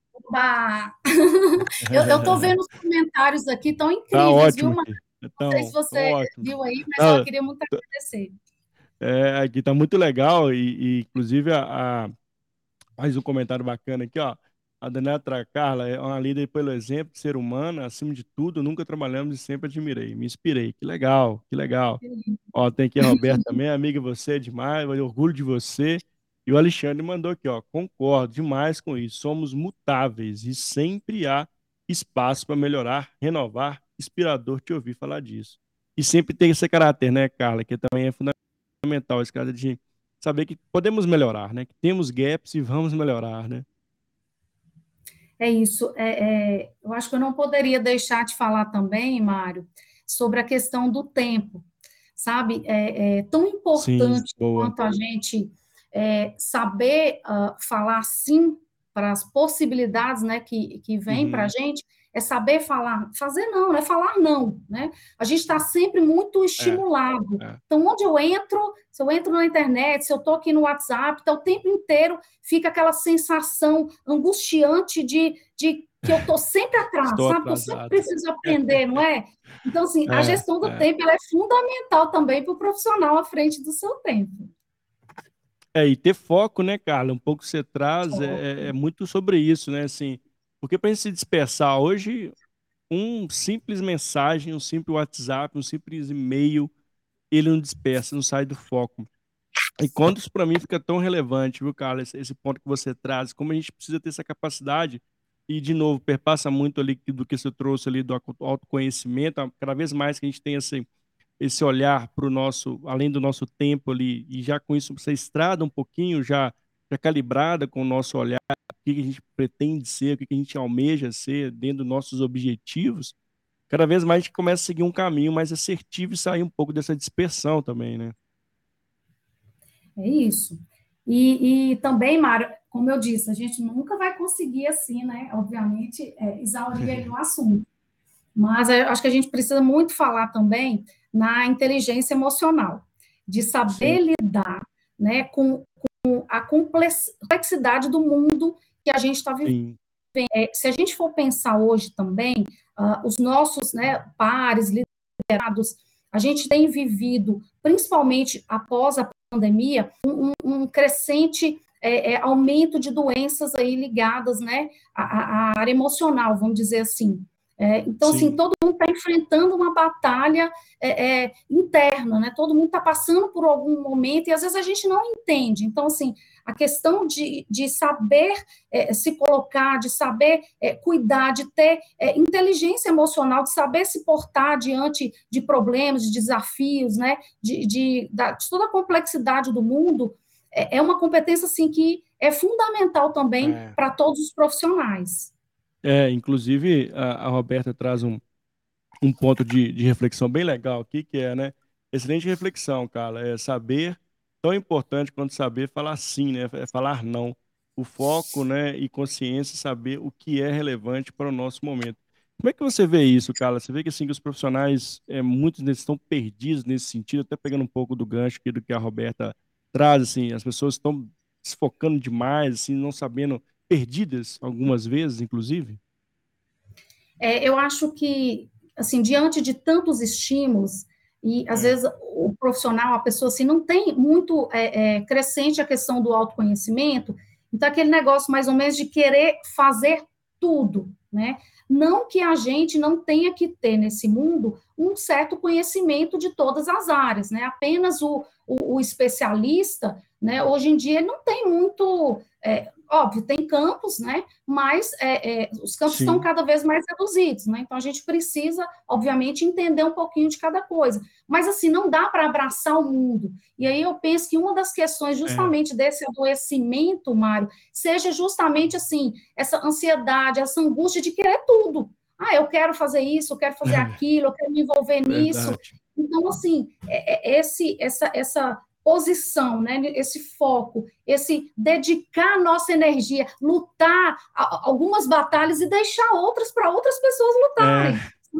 Bah! Eu, eu tô vendo os comentários aqui, tão Tá incríveis, viu, ótimo Mar? aqui. Não sei se Então, você ótimo. viu aí, mas ó, eu Não, queria muito agradecer. é, aqui tá muito legal e, e, inclusive a, a- mais um comentário bacana aqui, ó. A Daniela Carla é uma líder pelo exemplo, ser humano, acima de tudo, nunca trabalhamos e sempre admirei, me inspirei. Que legal, que legal. Ó, tem aqui a Roberta também, amiga, você é demais, eu orgulho de você. E o Alexandre mandou aqui, ó, concordo demais com isso. Somos mutáveis e sempre há espaço para melhorar, renovar, inspirador te ouvir falar disso. E sempre tem esse caráter, né, Carla, que também é fundamental, esse caráter de saber que podemos melhorar, né, que temos gaps e vamos melhorar, né? É isso. É, é, eu acho que eu não poderia deixar de falar também, Mário, sobre a questão do tempo, sabe? É, é tão Sim, importante boa. quanto a gente é, saber uh, falar sim para as possibilidades, né, que, que vêm para a Uhum. gente, é saber falar, fazer não, não é falar não, né? A gente está sempre muito É, estimulado. é, Então, onde eu entro, se eu entro na internet, se eu estou aqui no WhatsApp, então o tempo inteiro fica aquela sensação angustiante de, de que eu estou sempre atrás, estou sabe? Que eu sempre atrasado. preciso aprender, não é? Então, assim, a É, gestão do é. tempo ela é fundamental também para o profissional à frente do seu tempo. É, e ter foco, né, Carla? Um pouco que você traz é, é- é muito sobre isso, né? Assim, porque para a gente se dispersar hoje, um simples mensagem, um simples WhatsApp, um simples e-mail, ele não dispersa, não sai do foco. E quando isso para mim fica tão relevante, viu, Carla, esse, esse ponto que você traz, como a gente precisa ter essa capacidade, e de novo, perpassa muito ali do que você trouxe ali do auto- autoconhecimento, a- cada vez mais que a gente tem esse, esse olhar para o nosso, além do nosso tempo ali, e já com isso você estrada um pouquinho, já, já calibrada com o nosso olhar, o que que a gente pretende ser, o que que a gente almeja ser dentro dos nossos objetivos, cada vez mais a gente começa a seguir um caminho mais assertivo e sair um pouco dessa dispersão também, né? É isso. E, e também, Mário, como eu disse, a gente nunca vai conseguir assim, né? Obviamente, é, exaurir aí o assunto. Mas eu acho que a gente precisa muito falar também na inteligência emocional, de Sim, saber lidar, né, com, com a complexidade do mundo que a gente está vivendo. sim, É, se a gente for pensar hoje também, uh, os nossos, né, pares, liderados, a gente tem vivido, principalmente após a pandemia, um, um crescente é, é, aumento de doenças aí ligadas, né, à, à área emocional, vamos dizer assim. É, então, assim, sim. todo mundo está enfrentando uma batalha é, é, interna, né? Todo mundo está passando por algum momento e às vezes a gente não entende. Então, assim, a questão de, de saber é, se colocar, de saber é, cuidar, de ter é, inteligência emocional, de saber se portar diante de problemas, de desafios, né? De, de, da, de toda a complexidade do mundo, é, é uma competência, assim, que é fundamental também É. para todos os profissionais. É, inclusive a, a Roberta traz um, um ponto de, de reflexão bem legal aqui, que é, né? Excelente reflexão, cara. É saber, tão importante quanto saber falar sim, né? É falar não. O foco, né? E consciência, saber o que é relevante para o nosso momento. Como é que você vê isso, cara? Você vê que assim que os profissionais, é, muitos deles estão perdidos nesse sentido, até pegando um pouco do gancho aqui do que a Roberta traz, assim, as pessoas estão se focando demais, assim, não sabendo, perdidas algumas vezes, inclusive. É, eu acho que, assim, diante de tantos estímulos, e às É, vezes o profissional, a pessoa, assim, não tem muito é, é, crescente a questão do autoconhecimento, então aquele negócio mais ou menos de querer fazer tudo, né? Não que a gente não tenha que ter nesse mundo um certo conhecimento de todas as áreas, né? Apenas o, o, o especialista, né? Hoje em dia ele não tem muito, é, óbvio, tem campos, né? Mas é, é, os campos estão sim, cada vez mais reduzidos, né? Então a gente precisa, obviamente, entender um pouquinho de cada coisa. Mas assim, não dá para abraçar o mundo. E aí eu penso que uma das questões é, justamente desse adoecimento, Mário, seja justamente assim, essa ansiedade, essa angústia de querer tudo. Ah, eu quero fazer isso, eu quero fazer aquilo, eu quero me envolver nisso. verdade. Então, assim, é, é esse, essa, essa posição, né, esse foco, esse dedicar nossa energia, lutar algumas batalhas e deixar outras para outras pessoas É, lutarem.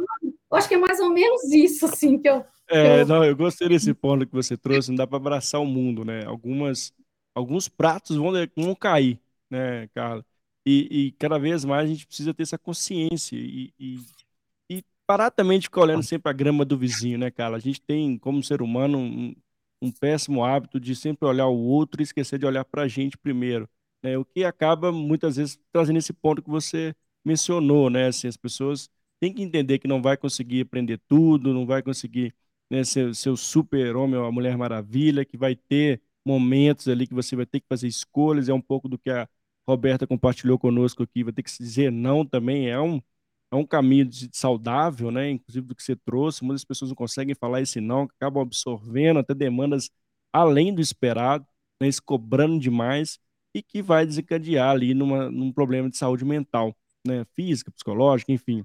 Eu acho que é mais ou menos isso, assim, que eu, que é, eu não, eu gostei desse ponto que você trouxe, não dá para abraçar o mundo, né? Algumas, alguns pratos vão, vão cair, né, Carla? E, e cada vez mais a gente precisa ter essa consciência e, e, e parar também de ficar olhando sempre a grama do vizinho, né, Carla? A gente tem, como ser humano, um, um péssimo hábito de sempre olhar o outro e esquecer de olhar para a gente primeiro, né? O que acaba muitas vezes trazendo esse ponto que você mencionou, né? Assim, as pessoas têm que entender que não vai conseguir aprender tudo, não vai conseguir, né, ser, ser o super-homem ou a Mulher Maravilha, que vai ter momentos ali que você vai ter que fazer escolhas, é um pouco do que a Roberta compartilhou conosco aqui, vai ter que se dizer não também, é um, é um caminho de- saudável, né? Inclusive do que você trouxe, muitas pessoas não conseguem falar esse não, acabam absorvendo até demandas além do esperado, né, se cobrando demais, e que vai desencadear ali numa, num problema de saúde mental, né? Física, psicológica, enfim,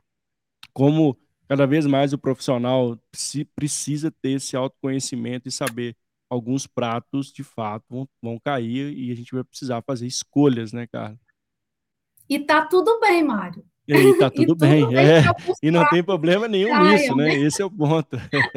como cada vez mais o profissional se precisa ter esse autoconhecimento e saber alguns pratos de fato vão, vão cair e a gente vai precisar fazer escolhas, né, cara? e tá tudo bem, Mário. E aí tá E tudo tudo bem, bem é, que alguns e não tem problema nenhum nisso, caiam, né? né? Esse é o ponto.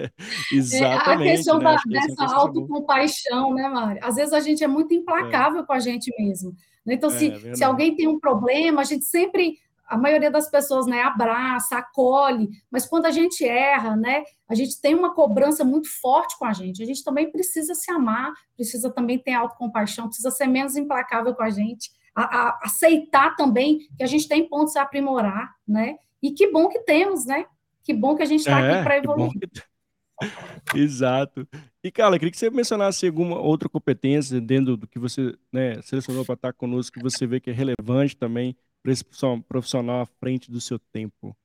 É, a Exatamente, questão né? da, Acho que essa é uma dessa consciência boa. autocompaixão, né, Mário? Às vezes a gente é muito É, implacável com a gente mesmo, né? Então, é se, se verdade. alguém tem um problema, a gente sempre, a maioria das pessoas, né, abraça, acolhe, mas quando a gente erra, né, a gente tem uma cobrança muito forte com a gente. A gente também precisa se amar, precisa também ter autocompaixão, precisa ser menos implacável com a gente, a, a, aceitar também que a gente tem pontos a aprimorar, né? E que bom que temos, né? Que bom que a gente está aqui É, para que bom evoluir. que exato. E, Carla, eu queria que você mencionasse alguma outra competência dentro do que você, né, selecionou para estar conosco, que você vê que é relevante também para esse profissional profissional à frente do seu tempo.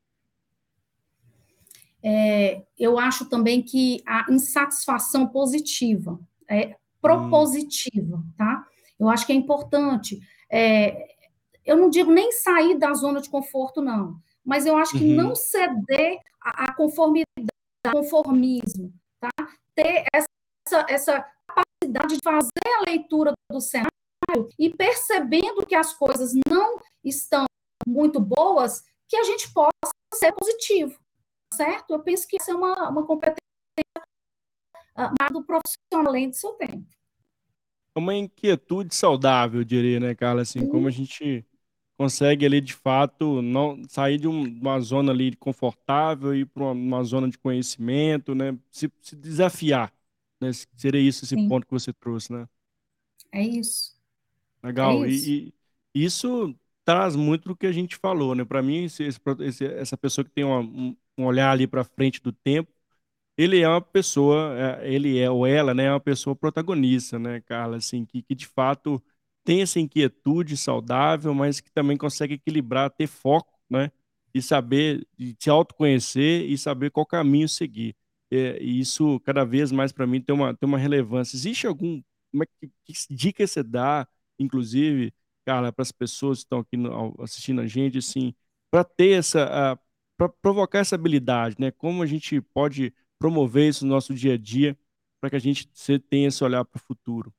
É, eu acho também que a insatisfação positiva, é, Hum, propositiva, tá? Eu acho que é importante. É, eu não digo nem sair da zona de conforto, não, mas eu acho que não uhum, ceder a, a conformidade, conformismo, tá? Ter essa, essa capacidade de fazer a leitura do cenário e percebendo que as coisas não estão muito boas, que a gente possa ser positivo, certo? Eu penso que essa é uma, uma competência uh, do profissional além do seu tempo. é uma inquietude saudável, eu diria, né, Carla? Assim, como a gente consegue ali, de fato, não sair de um- uma zona ali confortável e ir para uma, uma zona de conhecimento, né? Se, se desafiar, né? Seria isso esse Sim, ponto que você trouxe, né? é isso. É Legal. isso. E, e isso traz muito do que a gente falou, né? Para mim, esse, esse, esse- essa pessoa que tem uma- um, um olhar ali para frente do tempo, ele é uma pessoa, é, ele é ou ela, né, é uma pessoa protagonista, né, Carla, assim, que, que de fato tem essa inquietude saudável, mas que também consegue equilibrar, ter foco, né, e saber, e se autoconhecer e saber qual caminho seguir. É, e isso, cada vez mais para mim, tem uma, tem uma relevância. Existe algum, como é que, que dica você dá, inclusive, Carla, para as pessoas que estão aqui no- ao- assistindo a gente, assim, para ter essa, para provocar essa habilidade, né? Como a gente pode promover isso no nosso dia a dia para que a gente se- tenha esse olhar para o futuro.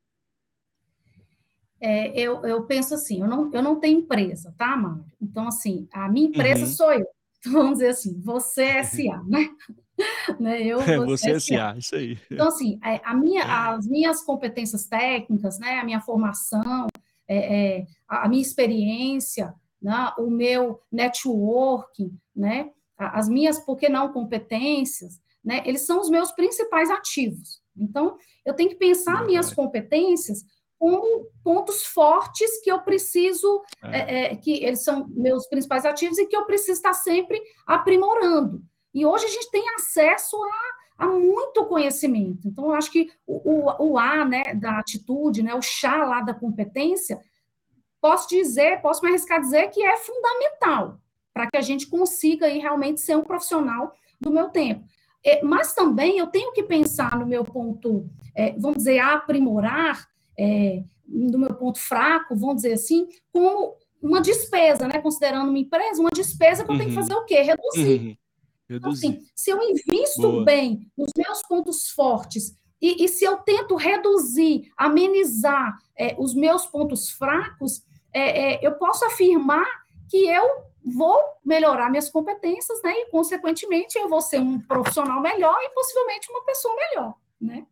É, eu, eu penso assim, eu não, eu não tenho empresa, tá, Mário? Então, assim, a minha empresa Uhum. sou eu. Então, vamos dizer assim, você é S A, né? né? Eu, você é Você é S A. S A, isso aí. Então, assim, é, a minha, as minhas competências técnicas, né, a minha formação, é, é, a minha experiência, né, o meu networking, né, as minhas, por que não, competências, né, eles são os meus principais ativos. Então, eu tenho que pensar minhas Verdade. competências como pontos fortes que eu preciso, É, é, é, que eles são meus principais ativos e que eu preciso estar sempre aprimorando. E hoje a gente tem acesso a, a muito conhecimento. Então, eu acho que o, o, o A, né, da atitude, né, o chá lá da competência, posso dizer, posso me arriscar a dizer que é fundamental para que a gente consiga aí realmente ser um profissional do meu tempo. É, mas também eu tenho que pensar no meu ponto, é, vamos dizer, aprimorar, é, no meu ponto fraco, vamos dizer assim, como uma despesa, né? Considerando uma empresa, uma despesa que eu tenho que fazer uhum, o quê? Reduzir. uhum, Então, reduzir. assim, se eu invisto Boa. bem nos meus pontos fortes e, e se eu tento reduzir, amenizar é, os meus pontos fracos, é, é, eu posso afirmar que eu vou melhorar minhas competências, né? E, consequentemente, eu vou ser um profissional melhor e possivelmente uma pessoa melhor, né?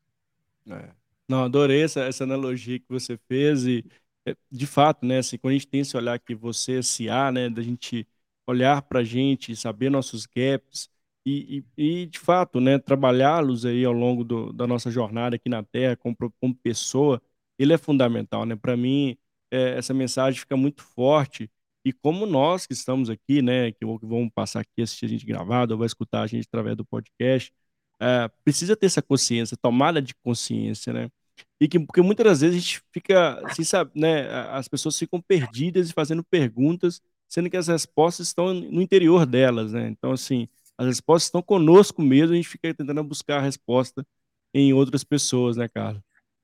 É. Não, adorei essa, essa analogia que você fez e, é, de fato, né, assim, quando a gente tem esse olhar que você é S A, né, da gente olhar para a gente, saber nossos gaps e, e, e, de fato, né, trabalhá-los aí ao longo do, da nossa jornada aqui na Terra como, pro- como pessoa, ele é fundamental, né? Para mim, é, essa mensagem fica muito forte e como nós que estamos aqui, né, que vão passar aqui assistir a gente gravado ou vai escutar a gente através do podcast, é, precisa ter essa consciência, tomada de consciência, né? E que, porque muitas das vezes a gente fica, assim, sabe, né? a- As pessoas ficam perdidas e fazendo perguntas, sendo que as respostas estão no interior delas, né? Então, assim, as respostas estão conosco mesmo, a gente fica tentando buscar a resposta em outras pessoas, né, Carla?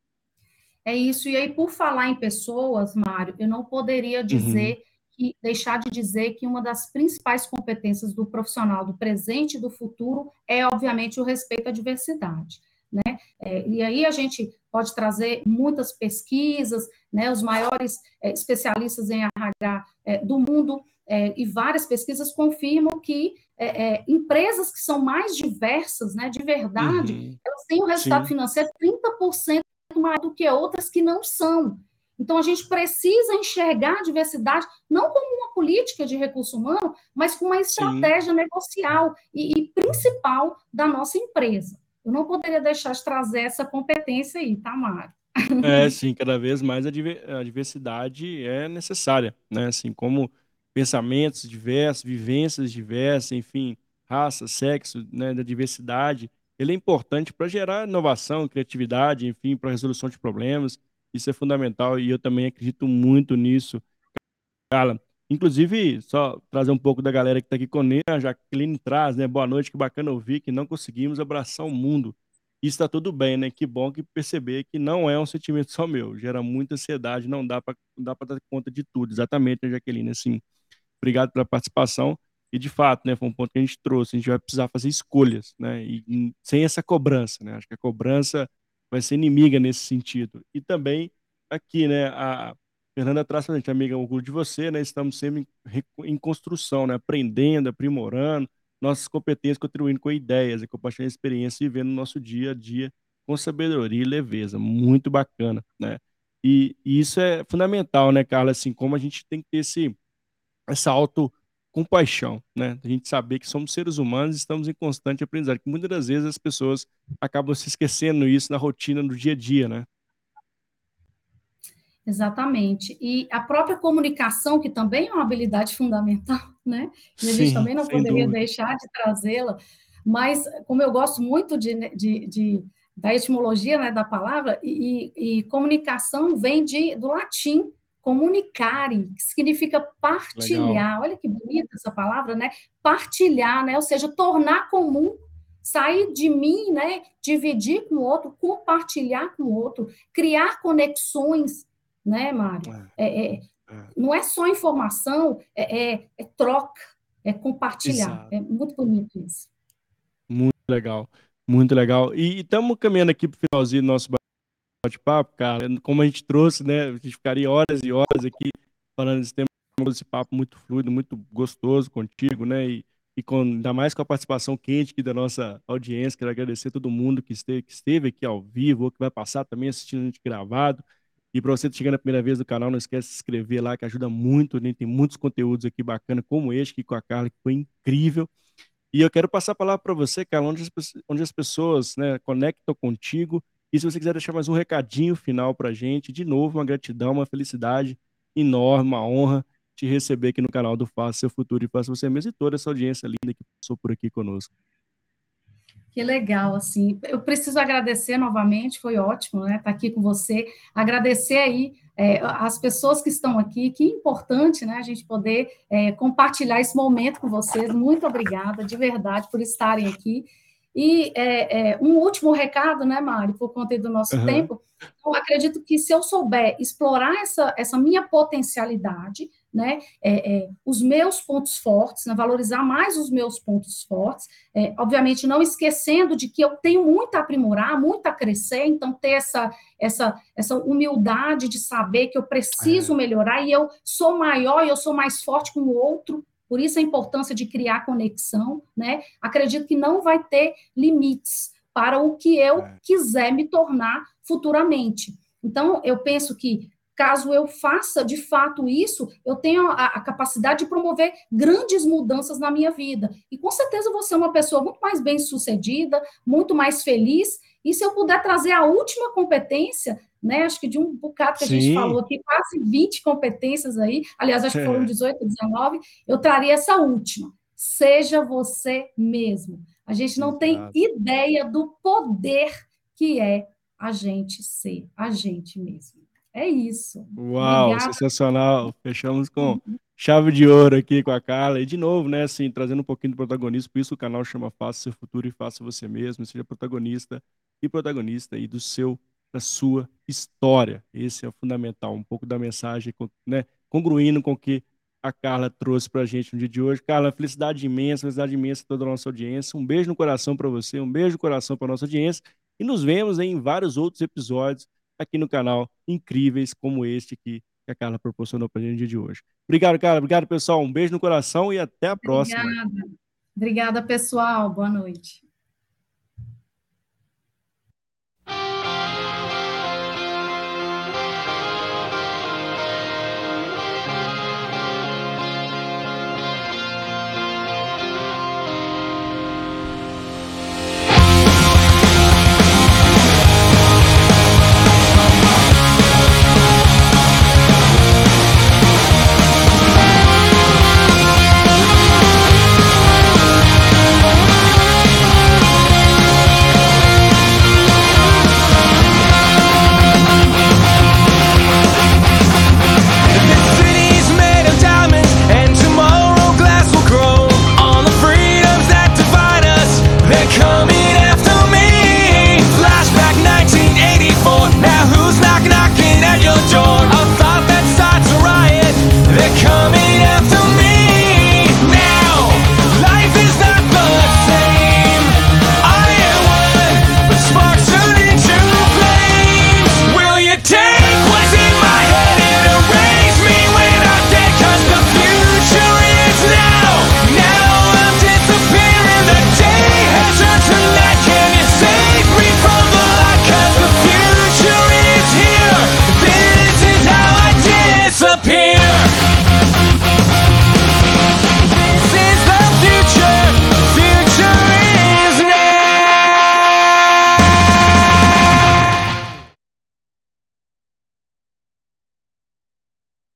É isso. E aí, por falar em pessoas, Mário, eu não poderia Uhum, dizer que deixar de dizer que uma das principais competências do profissional do presente e do futuro é, obviamente, o respeito à diversidade. Né? É, e aí a gente pode trazer muitas pesquisas, né, os maiores é, especialistas em R H é, do mundo, é, e várias pesquisas confirmam que é, é, empresas que são mais diversas, né, de verdade, uhum, elas têm um resultado sim, financeiro trinta por cento mais do que outras que não são. Então, a gente precisa enxergar a diversidade não como uma política de recurso humano, mas como uma sim. estratégia negocial e, e principal da nossa empresa. Eu não poderia deixar de trazer essa competência aí, tá, Mário? É, sim, cada vez mais a diver- a diversidade é necessária, né? Assim, como pensamentos diversos, vivências diversas, enfim, raça, sexo, né, da diversidade, ele é importante para gerar inovação, criatividade, enfim, para resolução de problemas. Isso é fundamental e eu também acredito muito nisso, Carla. Inclusive, só trazer um pouco da galera que está aqui conosco, a Jaqueline traz, né? Boa noite, que bacana ouvir que não conseguimos abraçar o mundo. Isso está tudo bem, né? Que bom que perceber que não é um sentimento só meu, gera muita ansiedade, não dá para dá para dar conta de tudo. Exatamente, né, Jaqueline? Assim, obrigado pela participação. E de fato, né, foi um ponto que a gente trouxe. A gente vai precisar fazer escolhas, né? E e sem essa cobrança, né? Acho que a cobrança vai ser inimiga nesse sentido. E também aqui, né, a Fernanda traz para a gente, amiga, orgulho de você, né? Estamos sempre em, em construção, né? Aprendendo, aprimorando nossas competências, contribuindo com ideias e compartilhando experiência e vivendo o nosso dia a dia com sabedoria e leveza. Muito bacana, né? E, e isso é fundamental, né, Carla? Assim, como a gente tem que ter esse essa autocompaixão, né? A gente saber que somos seres humanos e estamos em constante aprendizagem. Que muitas das vezes as pessoas acabam se esquecendo isso na rotina, no dia a dia, né? Exatamente. E a própria comunicação, que também é uma habilidade fundamental, né? E a gente Sim, também não sem poderia dúvida. deixar de trazê-la, mas como eu gosto muito de, de, de da etimologia, né, da palavra, e, e comunicação vem de, do latim, comunicare, que significa Legal. partilhar. Olha que bonita essa palavra, né? Partilhar, né? Ou seja, tornar comum, sair de mim, né? Dividir com o outro, compartilhar com o outro, criar conexões, né, Mário? É, É, é, é. não é só informação, é, é, é troca, é compartilhar. Exato. É muito bonito isso. Muito legal. Muito legal. E estamos caminhando aqui para o finalzinho do nosso bate-papo, cara. Como a gente trouxe, né? A gente ficaria horas e horas aqui falando desse tema, esse papo muito fluido, muito gostoso contigo, né? E, e com, ainda mais com a participação quente aqui da nossa audiência. Quero agradecer a todo mundo que esteve, que esteve aqui ao vivo, ou que vai passar também assistindo a gente gravado. E para você que chega na primeira vez no canal, não esquece de se inscrever lá, que ajuda muito, né? Tem muitos conteúdos aqui bacanas, como este aqui com a Carla, que foi incrível. E eu quero passar a palavra para você, Carla, onde as, onde as pessoas, né, conectam contigo. E se você quiser deixar mais um recadinho final para a gente, de novo, uma gratidão, uma felicidade enorme, uma honra te receber aqui no canal do Faça Seu Futuro e Faça Você Mesmo e toda essa audiência linda que passou por aqui conosco. Que legal, assim. Eu preciso agradecer novamente, foi ótimo, né, estar aqui com você. Agradecer aí é, as pessoas que estão aqui, que importante, né, a gente poder é, compartilhar esse momento com vocês. Muito obrigada, de verdade, por estarem aqui. E é, é, um último recado, né, Mário, por conta do nosso Aham. tempo. Eu acredito que se eu souber explorar essa, essa minha potencialidade, né, é, é, os meus pontos fortes, né, valorizar mais os meus pontos fortes, é, obviamente não esquecendo de que eu tenho muito a aprimorar, muito a crescer, então ter essa, essa, essa humildade de saber que eu preciso É, melhorar e eu sou maior e eu sou mais forte com o outro, por isso a importância de criar conexão, né? Acredito que não vai ter limites para o que eu é. quiser me tornar futuramente. Então, eu penso que caso eu faça de fato isso, eu tenho a, a, capacidade de promover grandes mudanças na minha vida. E com certeza você é uma pessoa muito mais bem-sucedida, muito mais feliz. E se eu puder trazer a última competência, né? Acho que de um bocado que a gente Sim, falou aqui, quase vinte competências aí, aliás, acho que foram é, dezoito, dezenove, eu traria essa última. Seja você mesmo. A gente não tem exato. ideia do poder que é a gente ser a gente mesmo. É isso. Uau, Obrigada. sensacional. Fechamos com chave de ouro aqui com a Carla. E de novo, né, assim, trazendo um pouquinho do protagonismo, por isso o canal chama Faça Seu Futuro e Faça Você Mesmo. Seja protagonista e protagonista aí do seu, da sua história. Esse é o fundamental, um pouco da mensagem, né, congruindo com o que a Carla trouxe pra gente no dia de hoje. Carla, felicidade imensa, felicidade imensa a toda a nossa audiência. Um beijo no coração para você, um beijo no coração para nossa audiência. E nos vemos em vários outros episódios aqui no canal, incríveis como este aqui que a Carla proporcionou para a gente no dia de hoje. Obrigado, Carla. Obrigado, pessoal. Um beijo no coração e até a próxima. Obrigada. Obrigada, pessoal. Boa noite.